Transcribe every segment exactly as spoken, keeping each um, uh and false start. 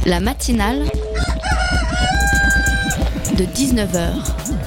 La matinale de dix-neuf heures.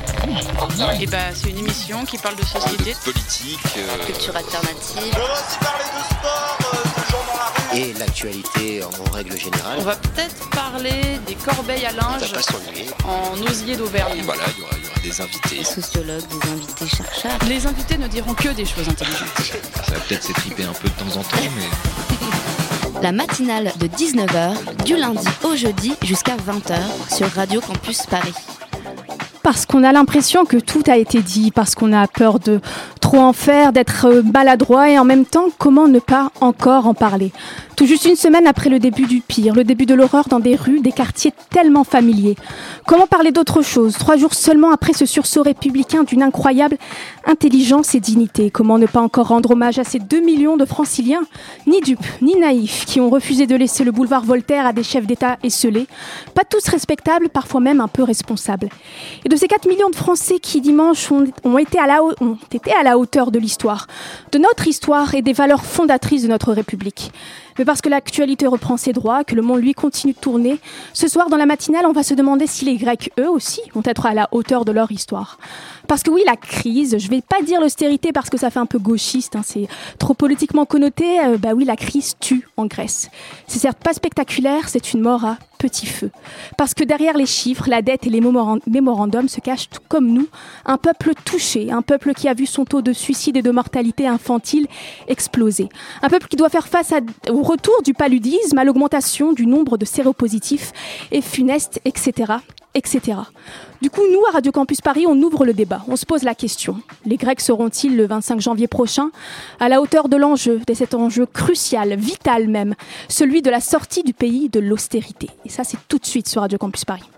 Et bah, c'est une émission qui parle de société, de politique, euh... culture alternative. On va aussi parler de sport, euh, de gens dans la rue. Et l'actualité en règle générale. On va peut-être parler des corbeilles à linge Ça va pas s'ennuyer. en osier d'Auvergne. Voilà, il y aura, il y aura des invités. Des sociologues, des invités chercheurs. Les invités ne diront que des choses intelligentes. Ça va peut-être s'étriper un peu de temps en temps, mais... La matinale de dix-neuf heures, du lundi au jeudi jusqu'à vingt heures sur Radio Campus Paris. Parce qu'on a l'impression que tout a été dit, parce qu'on a peur de trop en faire, d'être maladroit et en même temps, comment ne pas encore en parler ? Tout juste une semaine après le début du pire, le début de l'horreur dans des rues, des quartiers tellement familiers. Comment parler d'autre chose ? Trois jours seulement après ce sursaut républicain d'une incroyable intelligence et dignité. Comment ne pas encore rendre hommage à ces deux millions de franciliens, ni dupes, ni naïfs, qui ont refusé de laisser le boulevard Voltaire à des chefs d'État esseulés, pas tous respectables, parfois même un peu responsables. Et de ces quatre millions de Français qui, dimanche, ont, ont, été à la, ont été à la hauteur de l'histoire, de notre histoire et des valeurs fondatrices de notre République. Mais parce que l'actualité reprend ses droits, que le monde, lui, continue de tourner, ce soir, dans la matinale, on va se demander si les Grecs, eux aussi, vont être à la hauteur de leur histoire. Parce que oui, la crise, je vais pas dire l'austérité parce que ça fait un peu gauchiste, hein, c'est trop politiquement connoté, euh, bah oui, la crise tue en Grèce. C'est certes pas spectaculaire, c'est une mort à petit feu. Parce que derrière les chiffres, la dette et les mémorandums se cachent, tout comme nous, un peuple touché, un peuple qui a vu son taux de suicide et de mortalité infantile exploser. Un peuple qui doit faire face à, au retour du paludisme, à l'augmentation du nombre de séropositifs et funestes, et cetera, et cetera. Du coup, nous, à Radio Campus Paris, on ouvre le débat. On se pose la question. Les Grecs seront-ils, le vingt-cinq janvier prochain, à la hauteur de l'enjeu, de cet enjeu crucial, vital même, celui de la sortie du pays de l'austérité ? Et ça, c'est tout de suite sur Radio Campus Paris.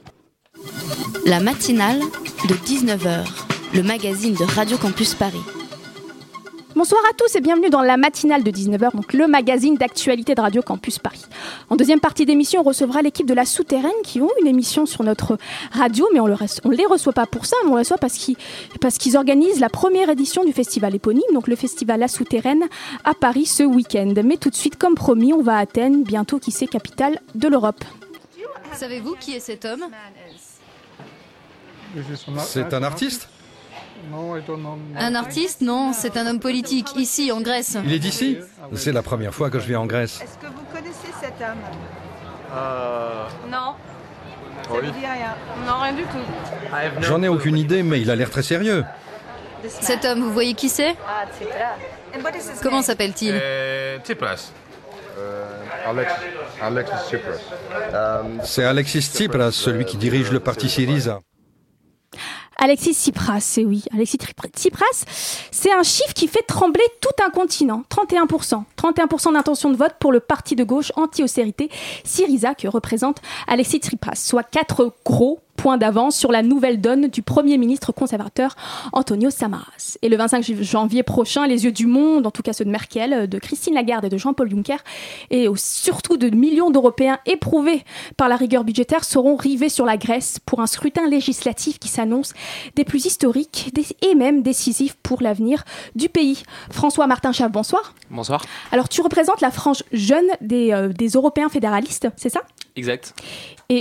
La matinale de dix-neuf heures, le magazine de Radio Campus Paris. Bonsoir à tous et bienvenue dans la matinale de dix-neuf heures, donc le magazine d'actualité de Radio Campus Paris. En deuxième partie d'émission, on recevra l'équipe de La Souterraine qui ont une émission sur notre radio, mais on ne les reçoit pas pour ça, mais on les reçoit parce qu'ils, parce qu'ils organisent la première édition du festival éponyme, donc le festival La Souterraine à Paris ce week-end. Mais tout de suite, comme promis, on va à Athènes, bientôt qui sait, capitale de l'Europe. Savez-vous qui est cet homme ? C'est un artiste ? Un artiste ? Non, c'est un homme politique, ici, en Grèce. Il est d'ici ? C'est la première fois que je viens en Grèce. Est-ce que vous connaissez cet homme ? Euh... Non. Ça Oui. vous dit rien ? Non, rien du tout. J'en ai aucune idée, mais il a l'air très sérieux. Cet homme, vous voyez qui c'est ? Ah, Tsipras. And what is his Comment name? s'appelle-t-il ? Euh... Tsipras. Alex, Alexis Tsipras. C'est Alexis Tsipras, celui qui dirige le parti Syriza. Alexis Tsipras, c'est oui. Alexis Tsipras, c'est un chiffre qui fait trembler tout un continent. trente et un pour cent. trente et un pour cent d'intention de vote pour le parti de gauche anti-austérité Syriza que représente Alexis Tsipras, soit quatre gros points d'avance sur la nouvelle donne du Premier ministre conservateur Antonio Samaras. Et le vingt-cinq janvier prochain, les yeux du monde, en tout cas ceux de Merkel, de Christine Lagarde et de Jean-Paul Juncker, et surtout de millions d'Européens éprouvés par la rigueur budgétaire, seront rivés sur la Grèce pour un scrutin législatif qui s'annonce des plus historiques et même décisifs pour l'avenir du pays. François Martin Chaves, bonsoir. Bonsoir. Alors tu représentes la frange jeune des, euh, des Européens fédéralistes, c'est ça ? Exact. Et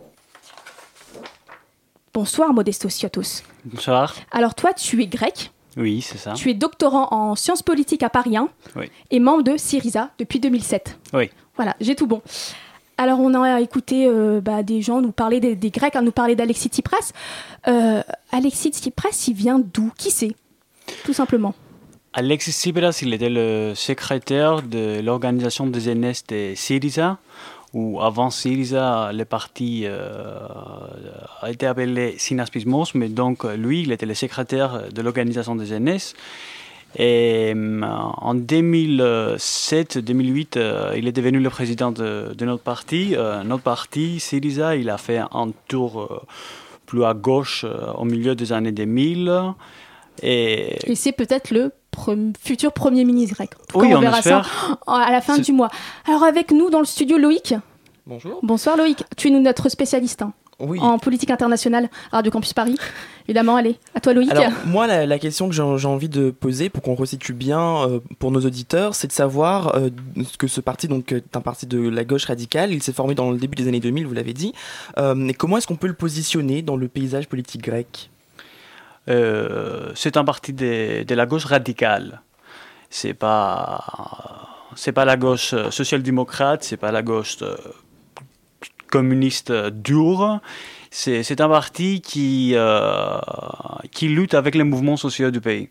bonsoir Modesto Siotos. Bonsoir. Alors toi, tu es grec. Oui, c'est ça. Tu es doctorant en sciences politiques à Paris un oui. et membre de Syriza depuis deux mille sept. Oui. Voilà, j'ai tout bon. Alors on a écouté euh, bah, des gens nous parler des, des Grecs, hein, nous parler d'Alexis Tsipras. Euh, Alexis Tsipras, il vient d'où ? Qui c'est ? Tout simplement. Alexis Tsipras, il était le secrétaire de l'organisation de jeunesse de Syriza, où avant Syriza, le parti euh, a été appelé Synaspismos, mais donc lui, il était le secrétaire de l'organisation de jeunesse. Et euh, en deux mille sept deux mille huit, euh, il est devenu le président de, de notre parti. Euh, notre parti, Syriza, il a fait un tour euh, plus à gauche euh, au milieu des années deux mille. Et, et c'est peut-être le pre- futur Premier ministre grec. En tout oui, cas, on, on verra espère. ça à la fin c'est... du mois. Alors avec nous dans le studio, Loïc. Bonjour. Bonsoir Loïc. Tu es notre spécialiste. Hein. oui. en politique internationale à Radio Campus Paris. Évidemment, allez, à toi Loïc. Alors, moi, la, la question que j'ai, j'ai envie de poser pour qu'on resitue bien euh, pour nos auditeurs, c'est de savoir euh, que ce parti donc, est un parti de la gauche radicale. Il s'est formé dans le début des années deux mille, vous l'avez dit. Euh, et comment est-ce qu'on peut le positionner dans le paysage politique grec ? euh, C'est un parti de, de la gauche radicale. C'est pas, c'est pas la gauche social-démocrate, c'est pas la gauche euh, communiste dure. C'est, c'est un parti qui, euh, qui lutte avec les mouvements sociaux du pays,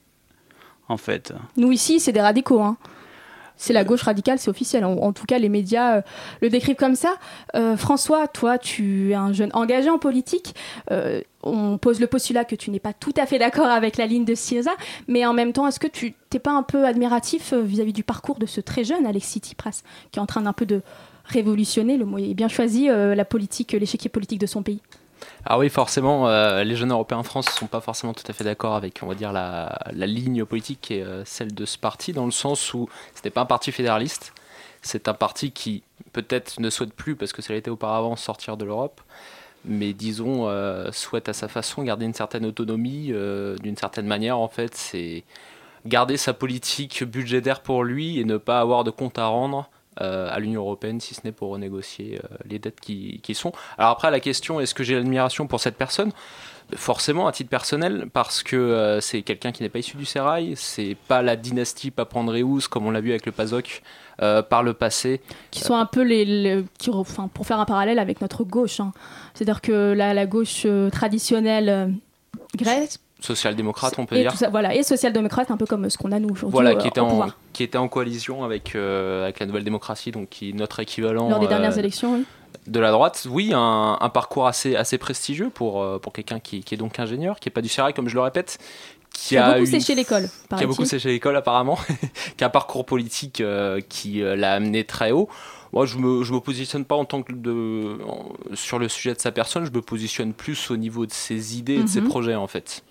en fait. Nous, ici, c'est des radicaux. Hein. C'est la gauche radicale, c'est officiel. En, en tout cas, les médias euh, le décrivent comme ça. Euh, François, toi, tu es un jeune engagé en politique. Euh, on pose le postulat que tu n'es pas tout à fait d'accord avec la ligne de Syriza. Mais en même temps, est-ce que tu n'es pas un peu admiratif vis-à-vis du parcours de ce très jeune Alexis Tsipras, qui est en train un peu de révolutionner, le mot est bien choisi, euh, la politique, l'échiquier politique de son pays ? Ah oui, forcément, euh, les jeunes européens en France ne sont pas forcément tout à fait d'accord avec, on va dire, la, la ligne politique qui est euh, celle de ce parti, dans le sens où ce n'est pas un parti fédéraliste, c'est un parti qui peut-être ne souhaite plus, parce que ça l'était auparavant, sortir de l'Europe, mais disons, euh, souhaite à sa façon garder une certaine autonomie, euh, d'une certaine manière, en fait, c'est garder sa politique budgétaire pour lui et ne pas avoir de compte à rendre Euh, à l'Union européenne, si ce n'est pour renégocier euh, les dettes qui, qui sont. Alors après, la question, est-ce que j'ai l'admiration pour cette personne ? Forcément, à titre personnel, parce que euh, c'est quelqu'un qui n'est pas issu du sérail, c'est pas la dynastie Papandréous, comme on l'a vu avec le PASOK euh, par le passé. Qui sont un peu les... les qui, enfin, pour faire un parallèle avec notre gauche. Hein. C'est-à-dire que la, la gauche euh, traditionnelle euh, grecque, social-démocrate, on peut et dire. Tout ça, voilà, et social-démocrate, un peu comme ce qu'on a nous aujourd'hui. Voilà, qui euh, était, au en, pouvoir. qui était en coalition avec, euh, avec la Nouvelle Démocratie, donc qui est notre équivalent. Lors des dernières euh, élections, oui. De la droite, oui, un, un parcours assez, assez prestigieux pour, euh, pour quelqu'un qui, qui est donc ingénieur, qui n'est pas du sérail, comme je le répète. Qui, qui a, a beaucoup une, séché l'école, Qui a beaucoup séché l'école, apparemment. Qui a un parcours politique euh, qui euh, l'a amené très haut. Moi, je me, je me positionne pas en tant que de, en, sur le sujet de sa personne, je me positionne plus au niveau de ses idées et de mm-hmm. ses projets, en fait.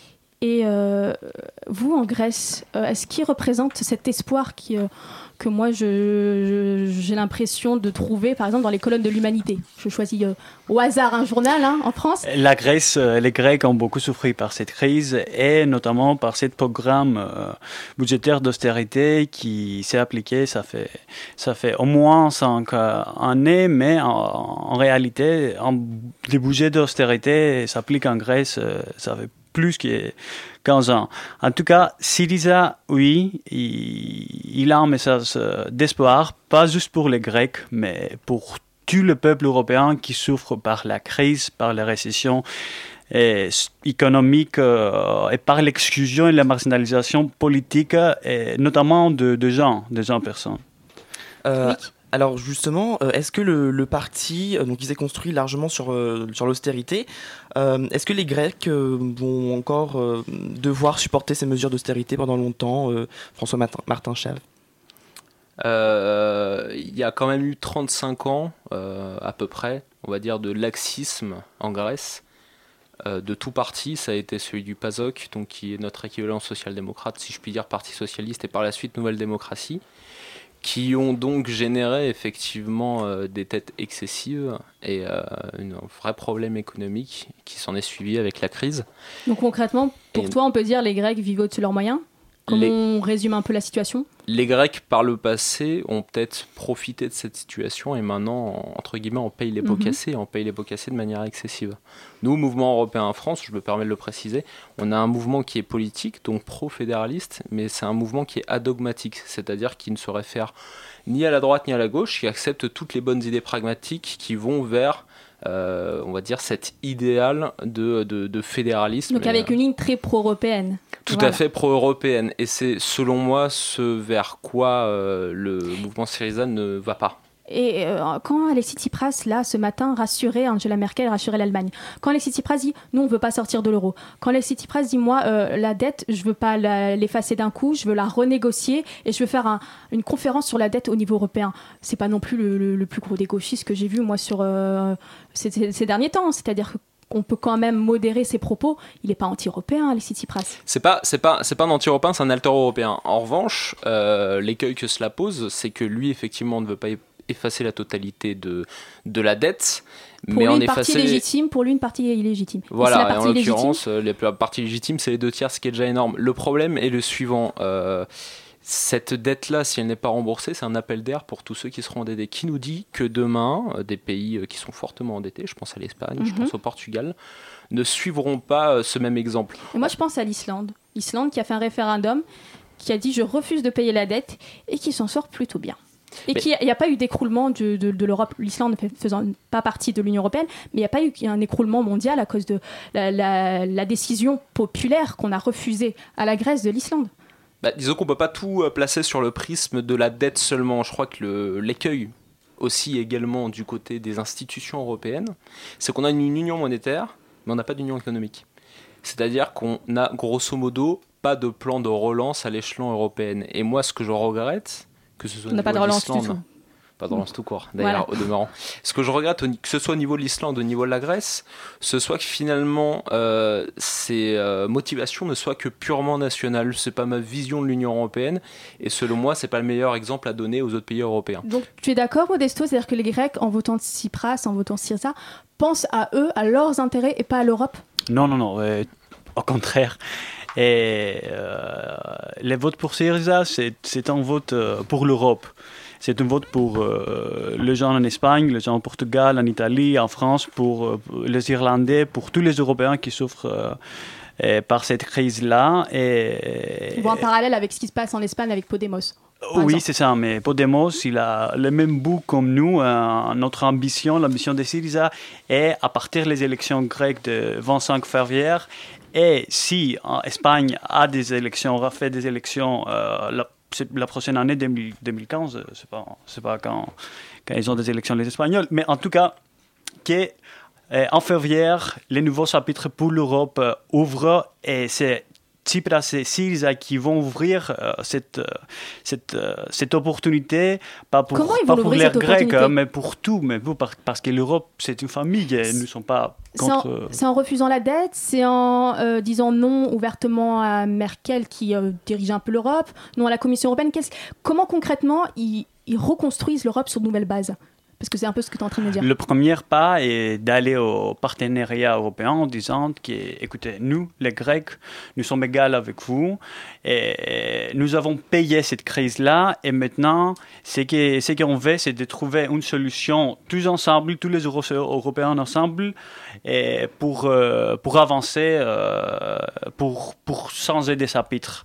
Et euh, vous, en Grèce, euh, est-ce qu'il représente cet espoir qui, euh, que moi, je, je, j'ai l'impression de trouver, par exemple, dans les colonnes de l'Humanité ? Je choisis euh, au hasard un journal hein, en France. La Grèce, les Grecs ont beaucoup souffert par cette crise et notamment par ce programme euh, budgétaire d'austérité qui s'est appliqué, ça fait, ça fait au moins cinq années, mais en, en réalité, en, les budgets d'austérité s'appliquent en Grèce, ça fait plus que quinze ans. En tout cas, Syriza, oui, il, il a un message d'espoir, pas juste pour les Grecs, mais pour tout le peuple européen qui souffre par la crise, par la récession et économique euh, et par l'exclusion et la marginalisation politique, et notamment de, de gens, de gens personnes. Euh, Alors justement, euh, est-ce que le, le parti, euh, donc il s'est construit largement sur, euh, sur l'austérité, euh, est-ce que les Grecs euh, vont encore euh, devoir supporter ces mesures d'austérité pendant longtemps, euh, François Martin, Martin Chave ? Euh, il y a quand même eu trente-cinq ans, euh, à peu près, on va dire, de laxisme en Grèce, euh, de tout parti. Ça a été celui du PASOK, donc qui est notre équivalent social-démocrate, si je puis dire, Parti socialiste, et par la suite Nouvelle Démocratie, qui ont donc généré effectivement euh, des dettes excessives et euh, une, un vrai problème économique qui s'en est suivi avec la crise. Donc concrètement, pour et toi, on peut dire les Grecs vivent au-dessus de leurs moyens ? Comment les, on résume un peu la situation ? Les Grecs, par le passé, ont peut-être profité de cette situation et maintenant, entre guillemets, on paye les pots mm-hmm. cassés, on paye les pots cassés de manière excessive. Nous, Mouvement Européen en France, je me permets de le préciser, on a un mouvement qui est politique, donc pro-fédéraliste, mais c'est un mouvement qui est adogmatique, c'est-à-dire qui ne se réfère ni à la droite ni à la gauche, qui accepte toutes les bonnes idées pragmatiques qui vont vers... Euh, on va dire cet idéal de, de, de fédéralisme. Donc avec euh, une ligne très pro-européenne. Tout voilà. à fait pro-européenne. Et c'est selon moi ce vers quoi euh, le mouvement Syriza ne va pas. Et euh, quand Alexis Tsipras, là, ce matin, rassurait Angela Merkel, rassurait l'Allemagne, quand Alexis Tsipras dit « nous, on ne veut pas sortir de l'euro », quand Alexis Tsipras dit « moi, euh, la dette, je ne veux pas la, l'effacer d'un coup, je veux la renégocier et je veux faire un, une conférence sur la dette au niveau européen », ce n'est pas non plus le, le, le plus gros des gauchistes que j'ai vu, moi, sur euh, ces, ces, ces derniers temps. C'est-à-dire que on peut quand même modérer ses propos. Il n'est pas anti-européen, Alexis Tsipras. C'est pas, c'est pas, c'est pas un anti-européen, c'est un alter-européen. En revanche, euh, l'écueil que cela pose, c'est que lui, effectivement, ne veut pas effacer la totalité de, de la dette. Pour mais lui, en une effacer... partie légitime, pour lui, une partie illégitime. Voilà, et, la partie et en l'occurrence, légitime les parties légitimes, c'est les deux tiers, ce qui est déjà énorme. Le problème est le suivant. Euh, cette dette-là, si elle n'est pas remboursée, c'est un appel d'air pour tous ceux qui seront endettés, qui nous dit que demain, euh, des pays euh, qui sont fortement endettés, je pense à l'Espagne, mm-hmm. je pense au Portugal, ne suivront pas euh, ce même exemple. Et moi, je pense à l'Islande. L'Islande qui a fait un référendum, qui a dit « je refuse de payer la dette » et qui s'en sort plutôt bien. Et il n'y a, a pas eu d'écroulement de, de, de l'Europe, l'Islande ne faisant pas partie de l'Union européenne, mais il n'y a pas eu un écroulement mondial à cause de la, la, la décision populaire qu'on a refusée à la Grèce de l'Islande. Bah, disons qu'on ne peut pas tout placer sur le prisme de la dette seulement. Je crois que le, l'écueil aussi également du côté des institutions européennes, c'est qu'on a une union monétaire, mais on n'a pas d'union économique. C'est-à-dire qu'on n'a grosso modo pas de plan de relance à l'échelon européen. Et moi, ce que je regrette, que ce soit on n'a pas de relance du tout. Pas de relance tout court, d'ailleurs, voilà. Au demeurant. Ce que je regrette, que ce soit au niveau de l'Islande, au niveau de la Grèce, ce soit que finalement, euh, ces euh, motivations ne soient que purement nationales. C'est pas ma vision de l'Union européenne, et selon moi, c'est pas le meilleur exemple à donner aux autres pays européens. Donc, tu es d'accord, Modesto, c'est-à-dire que les Grecs, en votant Tsipras, en votant Syriza, pensent à eux, à leurs intérêts, et pas à l'Europe ? Non, non, non, euh, au contraire. Et euh, les votes pour Syriza, c'est, c'est un vote euh, pour l'Europe. C'est un vote pour euh, les gens en Espagne, les gens au Portugal, en Italie, en France, pour, euh, pour les Irlandais, pour tous les Européens qui souffrent euh, et par cette crise-là. Et, Ils vont en parallèle avec ce qui se passe en Espagne avec Podemos. Oui, exemple. C'est ça, mais Podemos, il a le même bout comme nous. Euh, notre ambition, l'ambition de Syriza est, à partir des élections grecques de vingt-cinq février, et si en Espagne a des élections, aura fait des élections euh, la, la prochaine année deux mille quinze, c'est pas, c'est pas quand, quand ils ont des élections les Espagnols, mais en tout cas, qu'en février, les nouveaux chapitres pour l'Europe euh, ouvrent, et c'est Tsipras et Syriza qui vont ouvrir euh, cette, euh, cette, euh, cette opportunité, pas pour, pas pour les Grecs, euh, mais pour tout, mais pour, parce que l'Europe, c'est une famille et nous ne sommes pas contre... C'est en, c'est en refusant la dette, c'est en euh, disant non ouvertement à Merkel qui euh, dirige un peu l'Europe, non à la Commission européenne. Qu'est-ce, comment concrètement ils, ils reconstruisent l'Europe sur de nouvelles bases ? Parce que c'est un peu ce que tu es en train de me dire. Le premier pas est d'aller au partenariat européen en disant que, écoutez, nous, les Grecs, nous sommes égaux avec vous et nous avons payé cette crise-là et maintenant, ce, que, ce qu'on veut, c'est de trouver une solution tous ensemble, tous les Européens ensemble, et pour, euh, pour avancer, euh, pour, pour changer des chapitres.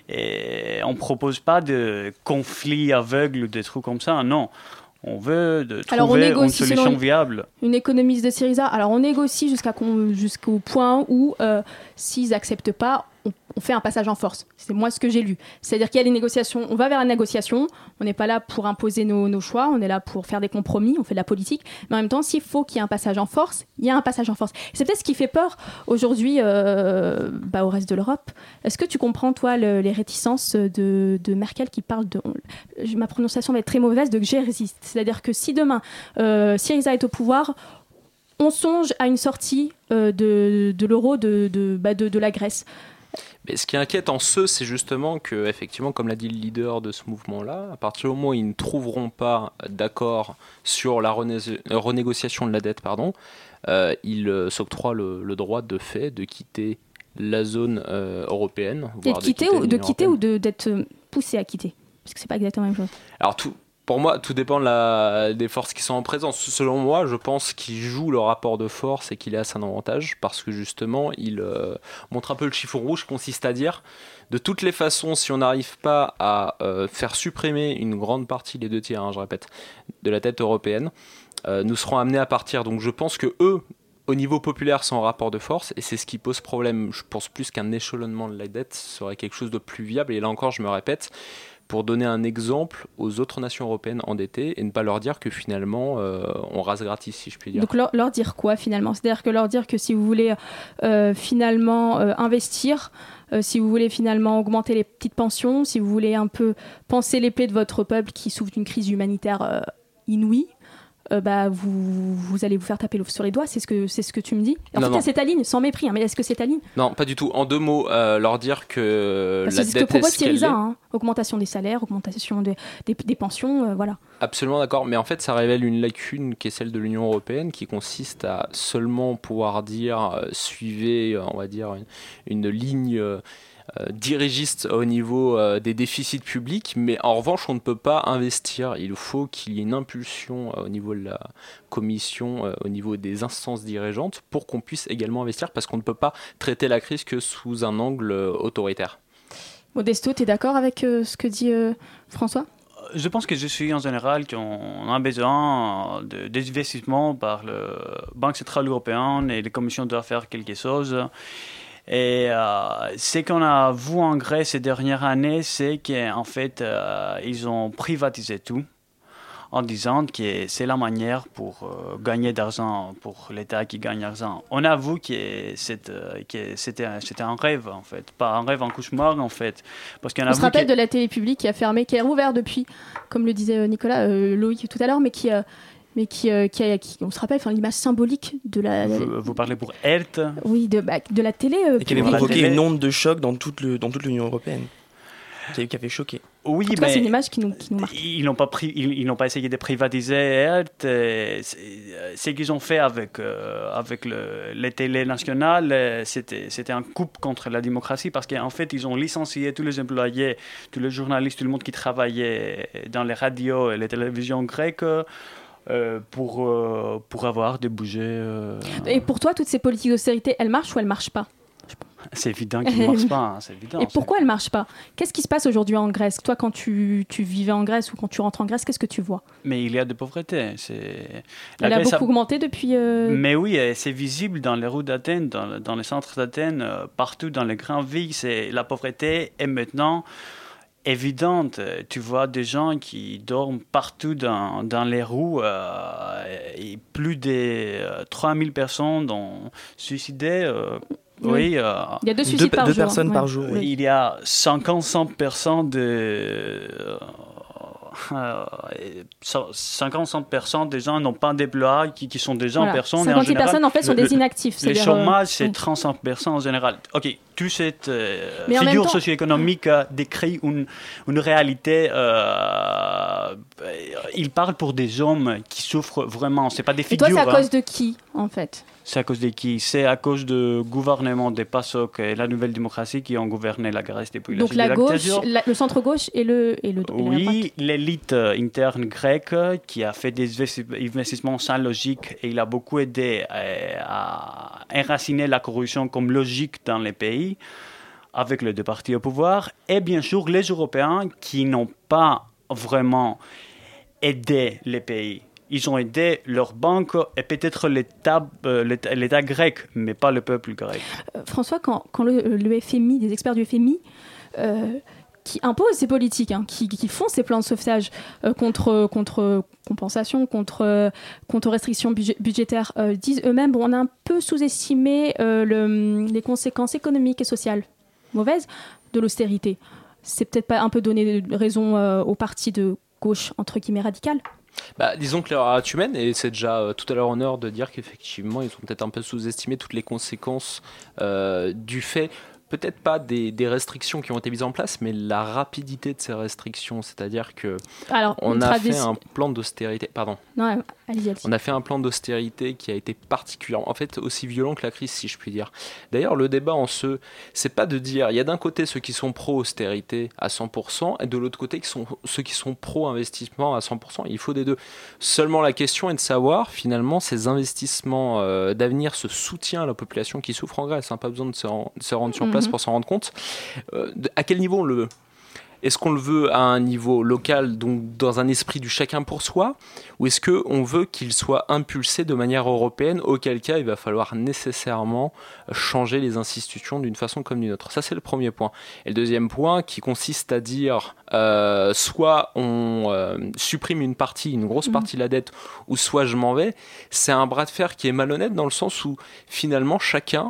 Et on ne propose pas de conflits aveugles ou des trucs comme ça, non. On veut de trouver Alors on une solution viable. Une économiste de Syriza. Alors on négocie jusqu'à, jusqu'au point où, euh, s'ils n'acceptent pas, on, on fait un passage en force. C'est moi ce que j'ai lu. C'est-à-dire qu'il y a les négociations, on va vers la négociation, on n'est pas là pour imposer nos, nos choix, on est là pour faire des compromis, on fait de la politique, mais en même temps, s'il faut qu'il y ait un passage en force, il y a un passage en force. Et c'est peut-être ce qui fait peur aujourd'hui euh, bah, au reste de l'Europe. Est-ce que tu comprends, toi, le, les réticences de, de Merkel qui parle de... On, ma prononciation va être très mauvaise, de « je résiste ». C'est-à-dire que si demain, euh, Syriza est au pouvoir, on songe à une sortie euh, de, de l'euro de, de, bah, de, de la Grèce. Mais ce qui inquiète en ceux, c'est justement que, effectivement, comme l'a dit le leader de ce mouvement-là, à partir du moment où ils ne trouveront pas d'accord sur la rené- renégociation de la dette, pardon, euh, ils euh, s'octroient le, le droit de fait de quitter la zone euh, européenne. Et de quitter, ou, de quitter ou de, d'être poussé à quitter ? Parce que c'est pas exactement la même chose. Alors tout. Pour moi, tout dépend de la, des forces qui sont en présence. Selon moi, je pense qu'il joue le rapport de force et qu'il est à son avantage parce que justement, il euh, montre un peu le chiffon rouge qui consiste à dire de toutes les façons, si on n'arrive pas à euh, faire supprimer une grande partie, les deux tiers, hein, je répète, de la dette européenne, euh, nous serons amenés à partir. Donc je pense que eux, au niveau populaire, sont en rapport de force et c'est ce qui pose problème. Je pense plus qu'un échelonnement de la dette serait quelque chose de plus viable. Et là encore, je me répète, pour donner un exemple aux autres nations européennes endettées et ne pas leur dire que finalement euh, on rase gratis, si je puis dire. Donc leur, leur dire quoi finalement ? C'est-à-dire que leur dire que si vous voulez euh, finalement euh, investir, euh, si vous voulez finalement augmenter les petites pensions, si vous voulez un peu penser les plaies de votre peuple qui souffre d'une crise humanitaire euh, inouïe, euh, bah, vous, vous allez vous faire taper sur les doigts, c'est ce que, c'est ce que tu me dis. En non, tout non. cas, c'est ta ligne, sans mépris, hein, mais est-ce que c'est ta ligne ? Non, pas du tout. En deux mots, euh, leur dire que Parce la que c'est ce dette que propose est ce qu'elle Syriza, est. hein. Augmentation des salaires, augmentation des, des, des pensions, euh, voilà. Absolument d'accord, mais en fait ça révèle une lacune qui est celle de l'Union européenne, qui consiste à seulement pouvoir dire euh, suivez, euh, on va dire, une, une ligne euh, euh, dirigiste au niveau euh, des déficits publics, mais en revanche on ne peut pas investir. Il faut qu'il y ait une impulsion euh, au niveau de la Commission, euh, au niveau des instances dirigeantes, pour qu'on puisse également investir, parce qu'on ne peut pas traiter la crise que sous un angle euh, autoritaire. Modesto, tu es d'accord avec euh, ce que dit euh, François ? Je pense que je suis en général qu'on a besoin de, d'investissements par le Banque centrale européenne et les commissions doivent faire quelque chose. Et euh, ce qu'on a vu en Grèce ces dernières années, c'est qu'en fait, euh, ils ont privatisé tout en disant que c'est la manière pour euh, gagner d'argent, pour l'État qui gagne d'argent. On a vu que, c'est, euh, que c'était, c'était un rêve, en fait. Pas un rêve, un cauchemar, en fait. Parce qu'on a On vu se rappelle que... de la télé publique qui a fermé, qui est rouvert depuis, comme le disait Nicolas, euh, Loïc tout à l'heure, mais qui... Euh, mais qui, euh, qui, a, qui, on se rappelle, enfin, l'image symbolique de la... Vous, vous parlez pour R T ? Oui, de, bah, de la télé. Euh, et qui avait provoqué une onde de choc dans toute, le, dans toute l'Union européenne. Qui, qui avait choqué. Oui, en tout cas, c'est une image qui nous, qui nous marque. Ils n'ont pas, pri- ils, ils n'ont pas essayé de privatiser R T. Ce qu'ils ont fait avec, euh, avec le, les télés nationales, c'était, c'était un coup contre la démocratie parce qu'en fait, ils ont licencié tous les employés, tous les journalistes, tout le monde qui travaillait dans les radios et les télévisions grecques. Euh, pour, euh, pour avoir des budgets. Euh... Et pour toi, toutes ces politiques d'austérité, elles marchent ou elles ne marchent pas ? C'est évident qu'elles ne marchent pas. Hein, c'est évident, Et pourquoi elles ne marchent pas ? Qu'est-ce qui se passe aujourd'hui en Grèce ? Toi, quand tu, tu vivais en Grèce ou quand tu rentres en Grèce, qu'est-ce que tu vois ? Mais il y a de pauvreté. C'est... Elle a beaucoup a... augmenté depuis... Euh... Mais oui, c'est visible dans les rues d'Athènes, dans, dans les centres d'Athènes, euh, partout dans les grandes villes. C'est... La pauvreté est maintenant... évidente. Tu vois des gens qui dorment partout dans, dans les rues. Euh, et plus de euh, trois mille personnes ont suicidé. Euh, oui. oui euh, il y a deux suicides deux, par deux jour. personnes ouais. par jour. Oui. Il y a cinquante pour cent de... Euh, Euh, cinquante pour cent des gens n'ont pas d'emploi, qui, qui sont des gens, voilà. personnes. cinquante en général, personnes en fait sont le, des inactifs. Le chômage, c'est oui. trente-cinq pour cent en général. Ok, toute cette euh, Mais figure temps... socio-économique euh, décrit une, une réalité. Euh, il parle pour des hommes qui souffrent vraiment. C'est pas des figures. Et toi, c'est à hein. cause de qui, en fait ? C'est à cause de qui ? C'est à cause du gouvernement des PASOK et la Nouvelle Démocratie qui ont gouverné la Grèce depuis Donc la la gauche, la, le centre-gauche et le et le et Oui, l'élite interne grecque qui a fait des investissements sans logique et il a beaucoup aidé à enraciner la corruption comme logique dans les pays avec les deux partis au pouvoir. Et bien sûr, les Européens qui n'ont pas vraiment aidé les pays. Ils ont aidé leurs banques et peut-être l'État, euh, l'État, l'État grec, mais pas le peuple grec. Euh, François, quand, quand le, le F M I, des experts du F M I, euh, qui imposent ces politiques, hein, qui, qui font ces plans de sauvetage euh, contre, contre compensation, contre, contre restrictions budgé- budgétaires, euh, disent eux-mêmes bon, on a un peu sous-estimé euh, le, les conséquences économiques et sociales mauvaises de l'austérité. C'est peut-être pas un peu donner raison euh, aux partis de gauche, entre guillemets, radicales ? Bah, disons que l'erreur est humaine et c'est déjà euh, tout à leur honneur de dire qu'effectivement ils ont peut-être un peu sous-estimé toutes les conséquences euh, du fait, peut-être pas des, des restrictions qui ont été mises en place, mais la rapidité de ces restrictions, c'est-à-dire que Alors, on a traduit... fait un plan d'austérité, pardon. Non, allez-y, allez-y. On a fait un plan d'austérité qui a été particulièrement, en fait, aussi violent que la crise, si je puis dire. D'ailleurs, le débat en ce, c'est pas de dire, il y a d'un côté ceux qui sont pro-austérité à cent pour cent et de l'autre côté qui sont, ceux qui sont pro-investissement à cent pour cent. Il faut des deux. Seulement la question est de savoir, finalement, ces investissements euh, d'avenir, ce soutien à la population qui souffre en Grèce, hein, pas besoin de se, rend, de se rendre sur place mm-hmm. pour s'en rendre compte. Euh, à quel niveau on le veut ? Est-ce qu'on le veut à un niveau local, donc dans un esprit du chacun pour soi, ou est-ce qu'on veut qu'il soit impulsé de manière européenne, auquel cas il va falloir nécessairement changer les institutions d'une façon comme d'une autre. Ça, c'est le premier point. Et le deuxième point, qui consiste à dire euh, soit on euh, supprime une partie, une grosse partie de la dette, ou soit je m'en vais, c'est un bras de fer qui est malhonnête dans le sens où finalement chacun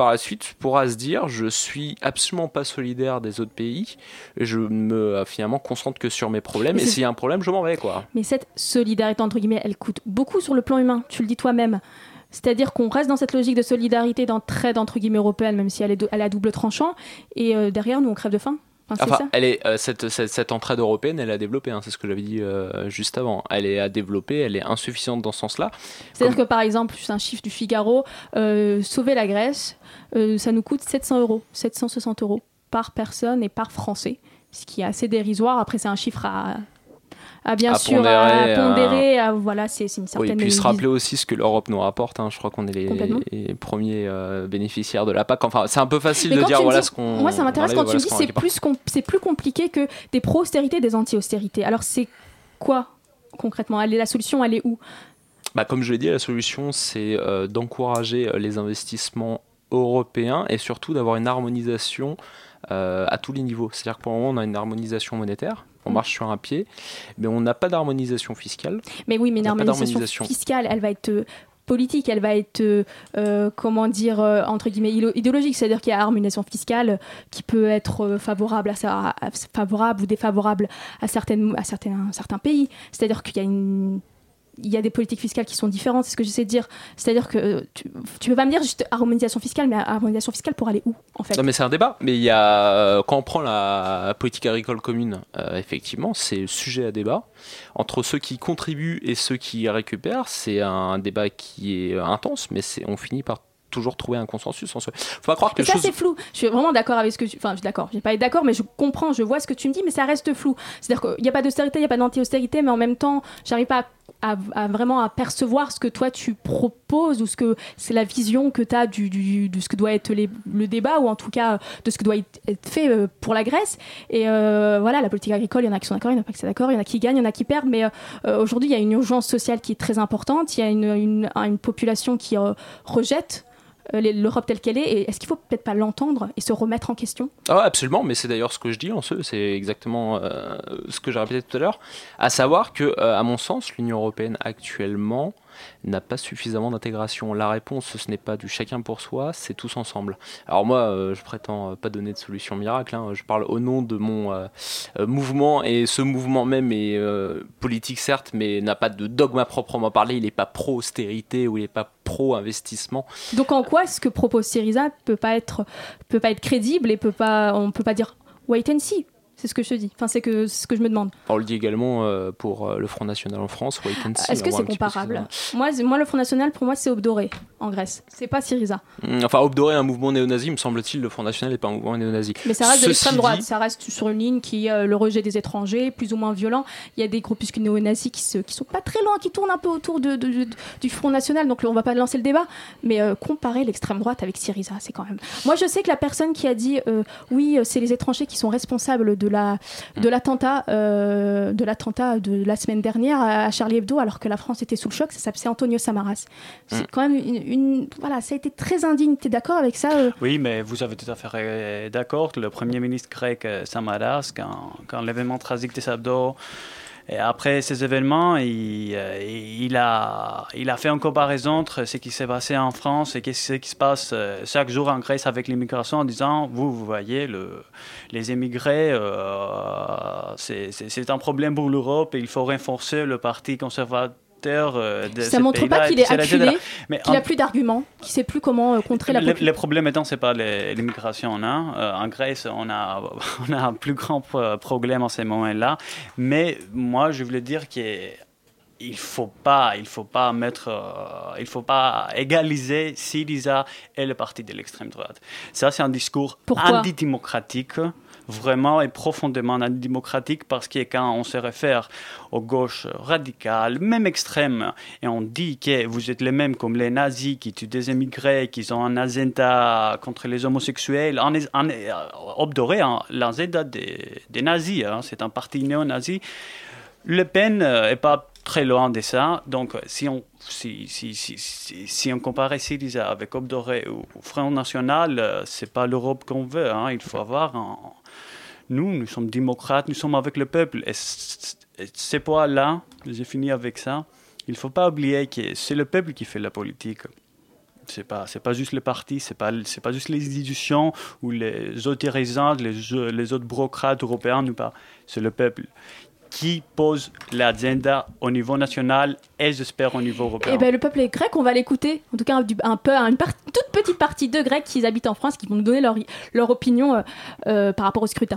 par la suite, pourra se dire je suis absolument pas solidaire des autres pays, je me finalement concentre que sur mes problèmes, mais et s'il y a un problème, je m'en vais, quoi. Mais cette solidarité, entre guillemets, elle coûte beaucoup sur le plan humain, tu le dis toi-même. C'est-à-dire qu'on reste dans cette logique de solidarité d'entraide, entre guillemets, européenne, même si elle est, do- elle est à double tranchant, et euh, derrière, nous, on crève de faim. Enfin, enfin, c'est ça elle est, euh, cette, cette, cette entraide européenne, elle est à développer, hein, c'est ce que j'avais dit euh, juste avant. Elle est à développer, elle est insuffisante dans ce sens-là. C'est-à-dire Comme... que, par exemple, c'est un chiffre du Figaro, euh, sauver la Grèce, euh, ça nous coûte sept cents euros, sept cent soixante euros par personne et par Français, ce qui est assez dérisoire. Après, c'est un chiffre à... à bien à sûr pondérer, à pondérer à... À, voilà, c'est, c'est une certaine... Oui, et puis se rappeler aussi ce que l'Europe nous rapporte, hein. Je crois qu'on est les, les premiers euh, bénéficiaires de la P A C. Enfin, c'est un peu facile Mais de dire voilà dis, ce qu'on... Moi, ça m'intéresse quand voilà tu me dis c'est plus, com- c'est plus compliqué que des pro-austérités et des anti-austérités. Alors, c'est quoi, concrètement ? Elle est, la solution, elle est où ? Bah, comme je l'ai dit, la solution, c'est euh, d'encourager les investissements européens et surtout d'avoir une harmonisation euh, à tous les niveaux. C'est-à-dire que pour le moment, on a une harmonisation monétaire. On marche sur un pied, mais on n'a pas d'harmonisation fiscale. Mais oui, mais une harmonisation fiscale, elle va être euh, politique, elle va être, euh, comment dire, euh, entre guillemets, idéologique. C'est-à-dire qu'il y a harmonisation fiscale qui peut être euh, favorable, à, à, à, favorable ou défavorable à, certaines, à certains, certains pays. C'est-à-dire qu'il y a une... Il y a des politiques fiscales qui sont différentes, c'est ce que j'essaie de dire. C'est-à-dire que tu, tu peux pas me dire juste harmonisation fiscale, mais harmonisation fiscale pour aller où, en fait ? Non, mais c'est un débat. Mais il y a, quand on prend la politique agricole commune, euh, effectivement, c'est sujet à débat. Entre ceux qui contribuent et ceux qui récupèrent, c'est un débat qui est intense, mais c'est, on finit par toujours trouver un consensus. En ce... Faut pas croire que et ça, chose... c'est flou. Je suis vraiment d'accord avec ce que tu... Enfin, je suis d'accord. Je vais pas être d'accord, mais je comprends, je vois ce que tu me dis, mais ça reste flou. C'est-à-dire qu'il n'y a pas d'austérité, il n'y a pas d'anti-austérité, mais en même temps, j'arrive pas à, à, à vraiment à percevoir ce que toi, tu proposes ou ce que c'est la vision que tu as du, du, de ce que doit être les, le débat ou en tout cas de ce que doit être fait pour la Grèce. Et euh, voilà, la politique agricole, il y en a qui sont d'accord, il y en a pas qui sont d'accord, il y en a qui gagnent, il y en a qui perdent, mais euh, aujourd'hui, il y a une urgence sociale qui est très importante, il y a une, une, une population qui euh, rejette l'Europe telle qu'elle est, et est-ce qu'il faut peut-être pas l'entendre et se remettre en question ? Ah, absolument, mais c'est d'ailleurs ce que je dis en ce, c'est exactement euh, ce que j'ai répété tout à l'heure, à savoir que, euh, à mon sens, l'Union européenne actuellement n'a pas suffisamment d'intégration. La réponse, ce n'est pas du chacun pour soi, c'est tous ensemble. Alors moi, euh, je prétends pas donner de solution miracle, hein. Je parle au nom de mon euh, euh, mouvement, et ce mouvement même est euh, politique certes, mais n'a pas de dogme à proprement parler, il n'est pas pro-austérité ou il n'est pas pro-investissement. Donc en quoi ce que propose Syriza peut pas être, peut pas être crédible et peut pas, on ne peut pas dire wait and see ? C'est ce que je te dis. Enfin, c'est que, c'est ce que je me demande. On le dit également euh, pour euh, le Front National en France. Wait and see, est-ce que c'est comparable ? moi, moi, le Front National, pour moi, c'est Obdoré en Grèce. C'est pas Syriza. Mmh, enfin, Obdoré est un mouvement néo-nazi, me semble-t-il. Le Front National n'est pas un mouvement néo-nazi. Mais ça reste Ceci de l'extrême droite. dit... Ça reste sur une ligne qui est euh, le rejet des étrangers, plus ou moins violent. Il y a des groupuscules néo-nazis qui, se, qui sont pas très loin, qui tournent un peu autour de, de, de, du Front National. Donc, on va pas lancer le débat. Mais euh, comparer l'extrême droite avec Syriza, c'est quand même... Moi, je sais que la personne qui a dit euh, oui, c'est les étrangers qui sont responsables de la... De l'attentat, euh, de l'attentat de la semaine dernière à Charlie Hebdo, alors que la France était sous le choc, ça s'appelait Antonio Samaras. C'est mm. quand même une, une... Voilà, ça a été très indigne. Tu es d'accord avec ça euh Oui, mais vous avez tout à fait d'accord. Le Premier ministre grec Samaras, quand, quand l'événement tragique des Hebdo... Et après ces événements, il, il, a, il a fait une comparaison entre ce qui s'est passé en France et ce qui se passe chaque jour en Grèce avec l'immigration, en disant, vous, vous voyez, le, les immigrés, euh, c'est, c'est, c'est un problème pour l'Europe et il faut renforcer le parti conservateur. Euh, de ça ne montre pas qu'il est acculé, mais qu'il n'a en... plus d'arguments, qu'il ne sait plus comment euh, contrer la le, population. Le problème étant, ce n'est pas les, l'immigration. Hein. Euh, en Grèce, on a, on a un plus grand problème en ces moments-là. Mais moi, je voulais dire qu'il ne faut pas, il faut pas mettre, euh, il faut pas égaliser Syriza et le parti de l'extrême droite. Ça, c'est un discours Pourquoi antidémocratique. Vraiment et profondément antidémocratique, parce que quand on se réfère aux gauches radicales, même extrêmes, et on dit que vous êtes les mêmes comme les nazis qui tuent des émigrés, qui ont un agenda contre les homosexuels, en, en, Obdoré, hein, l'agenda des, des nazis, hein, c'est un parti néo-nazi. Le Pen n'est pas très loin de ça, donc si on, si, si, si, si, si on compare Syriza avec Obdoré ou Front National, c'est pas l'Europe qu'on veut, hein, il faut avoir un... Nous, nous sommes démocrates, nous sommes avec le peuple. Et ces poids-là, j'ai fini avec ça, il ne faut pas oublier que c'est le peuple qui fait la politique. C'est pas, c'est pas juste le parti, c'est pas, c'est pas juste les institutions ou les autres dirigeants, les, les autres bureaucrates européens, nous pas. C'est le peuple qui pose l'agenda au niveau national et j'espère au niveau européen. Et ben, le peuple est grec, on va l'écouter. En tout cas, un peu, une part, toute petite partie de Grecs qui habitent en France, qui vont nous donner leur, leur opinion euh, euh, par rapport au scrutin.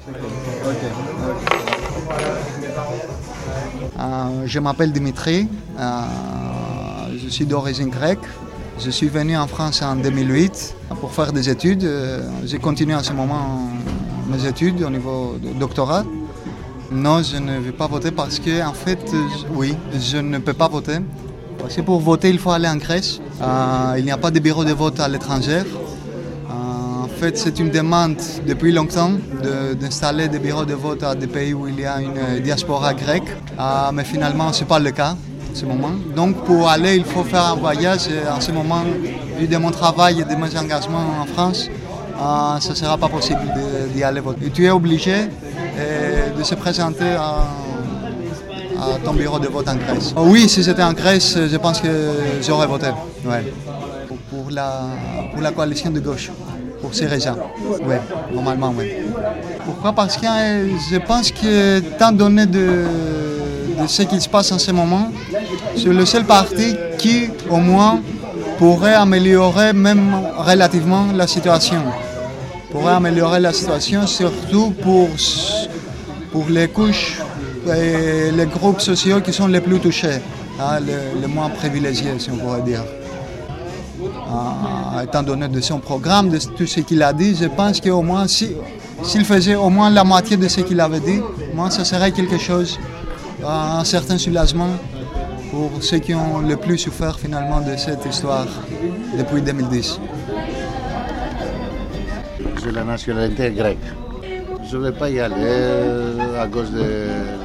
Euh, je m'appelle Dimitri, euh, je suis d'origine grecque. Je suis venu en France en deux mille huit pour faire des études. Euh, j'ai continué en ce moment mes études au niveau de doctorat. Non, je ne vais pas voter parce que, en fait, je, oui, je ne peux pas voter. Parce que pour voter, il faut aller en Grèce. Euh, il n'y a pas de bureau de vote à l'étranger. Euh, en fait, c'est une demande depuis longtemps de, d'installer des bureaux de vote à des pays où il y a une diaspora grecque. Euh, mais finalement, ce n'est pas le cas en ce moment. Donc, pour aller, il faut faire un voyage. Et en ce moment, vu de mon travail et de mes engagements en France, euh, ce ne sera pas possible de, d'y aller voter. Et tu es obligé et de se présenter à, à ton bureau de vote en Grèce. Oui, si c'était en Grèce, je pense que j'aurais voté. Ouais. Pour, pour, la, pour la coalition de gauche, pour ces raisons. Oui, normalement, oui. Pourquoi? Parce que je pense que, étant donné de, de ce qui se passe en ce moment, c'est le seul parti qui, au moins, pourrait améliorer même relativement la situation. Pourrait améliorer la situation, surtout pour, pour les couches et les groupes sociaux qui sont les plus touchés, hein, les, les moins privilégiés, si on pourrait dire. Euh, étant donné de son programme, de tout ce qu'il a dit, je pense qu'au moins, si, s'il faisait au moins la moitié de ce qu'il avait dit, moi, ça serait quelque chose, un certain soulagement pour ceux qui ont le plus souffert finalement de cette histoire depuis deux mille dix. J'ai la nationalité grecque. Je ne vais pas y aller à cause de...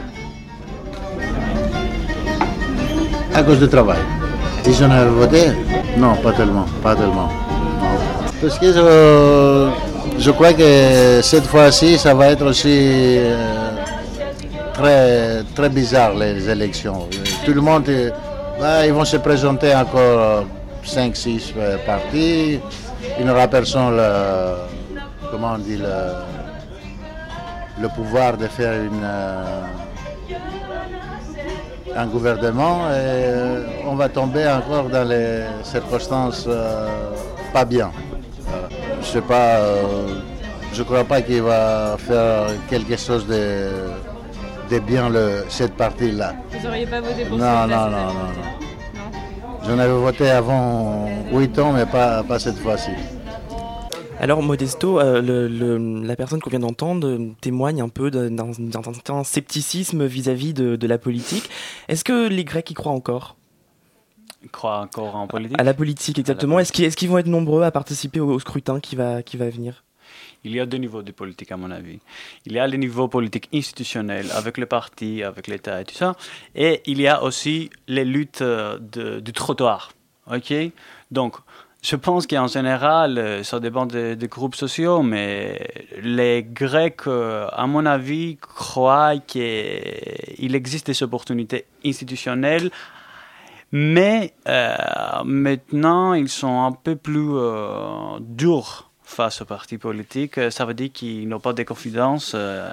à cause du travail. Si j'en avais voté, non, pas tellement, pas tellement. Non. Parce que je, je crois que cette fois-ci, ça va être aussi euh, très, très bizarre les élections. Tout le monde, bah, ils vont se présenter encore cinq six partis. Il n'y aura personne... Le, comment on dit, le, le pouvoir de faire une, euh, un gouvernement et on va tomber encore dans les circonstances euh, pas bien. Euh, je sais pas, euh, je crois pas qu'il va faire quelque chose de, de bien le, cette partie-là. Vous n'auriez pas voté pour non, ça? Non, non, non, non. J'en avais voté avant huit ans, mais pas, pas cette fois-ci. Alors Modesto, euh, le, le, la personne qu'on vient d'entendre euh, témoigne un peu d'un, d'un, d'un scepticisme vis-à-vis de, de la politique. Est-ce que les Grecs y croient encore? Ils croient encore en politique? À la politique, exactement. La politique. Est-ce, qu'ils, est-ce qu'ils vont être nombreux à participer au, au scrutin qui va, qui va venir? Il y a deux niveaux de politique à mon avis. Il y a le niveau politique institutionnel avec le parti, avec l'État et tout ça. Et il y a aussi les luttes de, du trottoir. Ok? Donc, je pense qu'en général, ça dépend des, des groupes sociaux, mais les Grecs, à mon avis, croient qu'il existe des opportunités institutionnelles, mais euh, maintenant, ils sont un peu plus euh, durs face aux partis politiques. Ça veut dire qu'ils n'ont pas de confiance. Euh,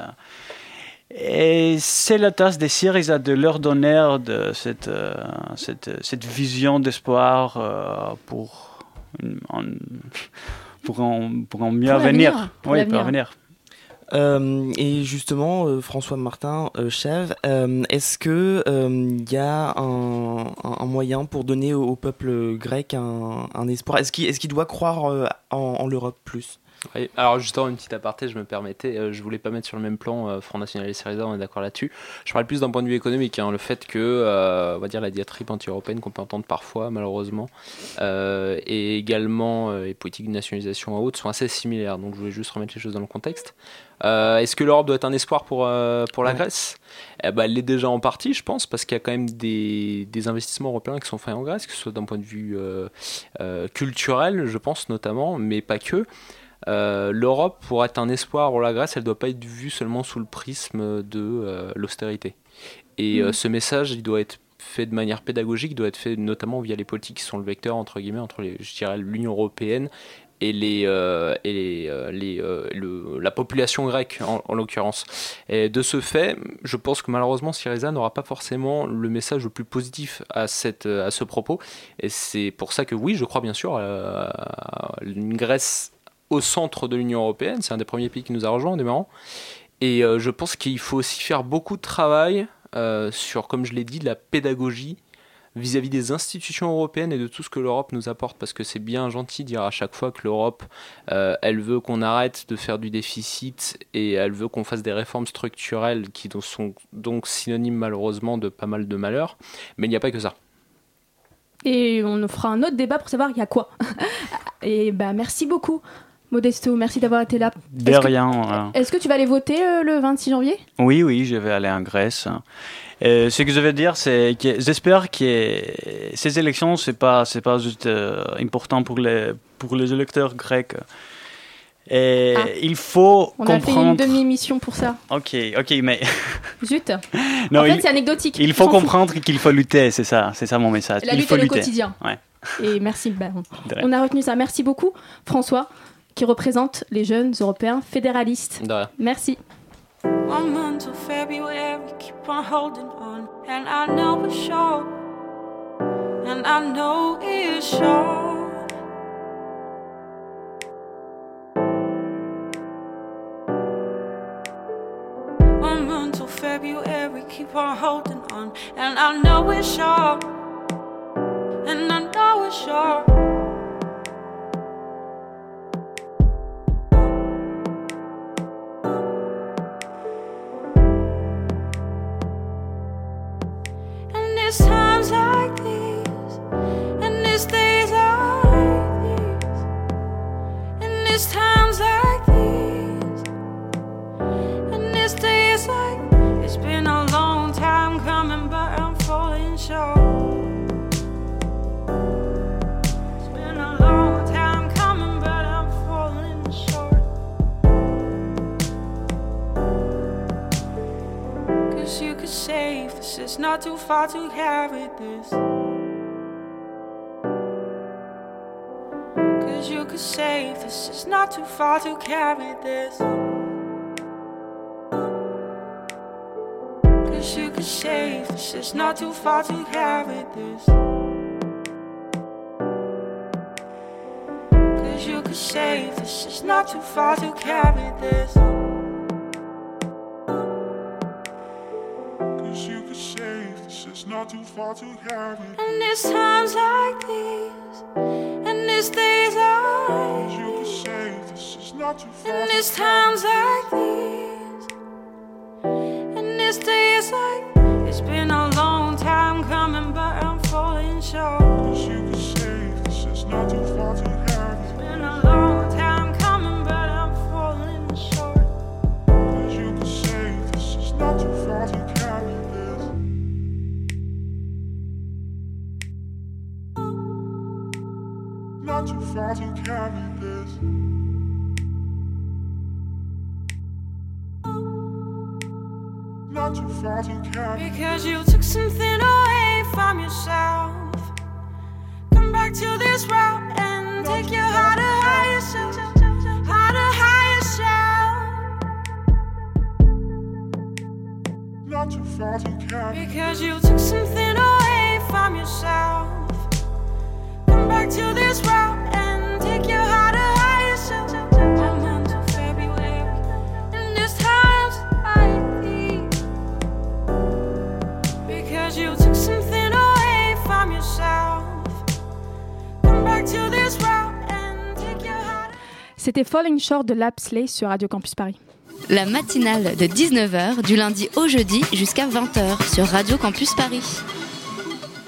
et c'est la tâche des Syriza de leur donner de cette, euh, cette, cette vision d'espoir euh, pour... En, pour, en, pour en mieux venir. Oui, pour venir. Euh, et justement, euh, François Martin euh, Chèvre, euh, est-ce qu'il euh, y a un, un moyen pour donner au, au peuple grec un, un espoir? Est-ce qu'il, est-ce qu'il doit croire euh, en, en l'Europe plus? Oui, alors justement, une petite aparté, je me permettais, euh, je voulais pas mettre sur le même plan euh, Front National et Syriza, on est d'accord là-dessus. Je parle plus d'un point de vue économique, hein, le fait que, euh, on va dire, la diatribe anti-européenne qu'on peut entendre parfois, malheureusement, euh, et également euh, les politiques de nationalisation à haute sont assez similaires, donc je voulais juste remettre les choses dans le contexte. Euh, est-ce que l'Europe doit être un espoir pour, euh, pour la Grèce? Eh ben, elle l'est déjà en partie, je pense, parce qu'il y a quand même des, des investissements européens qui sont faits en Grèce, que ce soit d'un point de vue euh, euh, culturel, je pense notamment, mais pas que. Euh, L'Europe, pour être un espoir pour la Grèce, elle ne doit pas être vue seulement sous le prisme de euh, l'austérité. Et mmh. euh, ce message, il doit être fait de manière pédagogique doit être fait notamment via les politiques qui sont le vecteur entre guillemets entre les, je dirais, l'Union européenne et les euh, et les, euh, les euh, le, la population grecque en, en l'occurrence. Et de ce fait, je pense que malheureusement Syriza n'aura pas forcément le message le plus positif à cette à ce propos. Et c'est pour ça que oui, je crois bien sûr euh, une Grèce au centre de l'Union européenne. C'est un des premiers pays qui nous a rejoints, démarrant. Et euh, je pense qu'il faut aussi faire beaucoup de travail euh, sur, comme je l'ai dit, de la pédagogie vis-à-vis des institutions européennes et de tout ce que l'Europe nous apporte, parce que c'est bien gentil de dire à chaque fois que l'Europe, euh, elle veut qu'on arrête de faire du déficit et elle veut qu'on fasse des réformes structurelles qui sont donc synonymes malheureusement de pas mal de malheurs, mais il n'y a pas que ça. Et on fera un autre débat pour savoir il y a quoi. Et bah merci beaucoup. Modesto, merci d'avoir été là. De est-ce rien. Que, euh... Est-ce que tu vas aller voter euh, le vingt-six janvier ? Oui, oui, je vais aller en Grèce. Euh, ce que je veux dire, c'est que j'espère que ces élections, c'est pas, c'est pas juste euh, important pour les, pour les électeurs grecs. Et ah. il faut On comprendre... a fait une demi-émission pour ça. Ok, ok, mais... Zut. Non, en fait, il... c'est anecdotique. Il faut comprendre qu'il faut lutter, c'est ça, c'est ça mon message. La il lutte faut est le lutter. quotidien. Ouais. Et merci, bah, on, on a retenu ça. Merci beaucoup, François, qui représente les jeunes européens fédéralistes. De rien. Merci. One month of February, keep on holding on, and I know it's short, and I know it's short. One month of February, keep on holding on, and I know it's short, and I know it's short. It's times like these, and it's days like these, and it's times like these, and it's days like. It's been a long time coming, but I'm falling short. It's been a long time coming, but I'm falling short. 'Cause you could say this is not too far to carry this. Cause you could say this is not too far to carry this. Cause you could say this is not too far to carry this. Cause you could say this is not too far to carry this. Not too far to carry. And it's times like these, and it's days like these. You could say this is not too far. And it's times like these, and it's days like. It's been a long time coming, but I'm falling short. 'Cause you could say this is not too far to carry. It's been a long time coming, but I'm falling short. 'Cause you could say this is not too far to carry. Not too far to carry this. Not too far to carry. Because you took something away from yourself. Come back to this route and not take your heart to higher self. Heart to higher self. Not too far to carry. Because you took something away from yourself. Come back to this route and take your heart to higher self. One month of February, and there's times like these. Because you took something away from yourself. Come back to this route and take your heart. C'était Falling Short de Lapsley sur Radio Campus Paris. La matinale de dix-neuf heures du lundi au jeudi jusqu'à vingt heures sur Radio Campus Paris.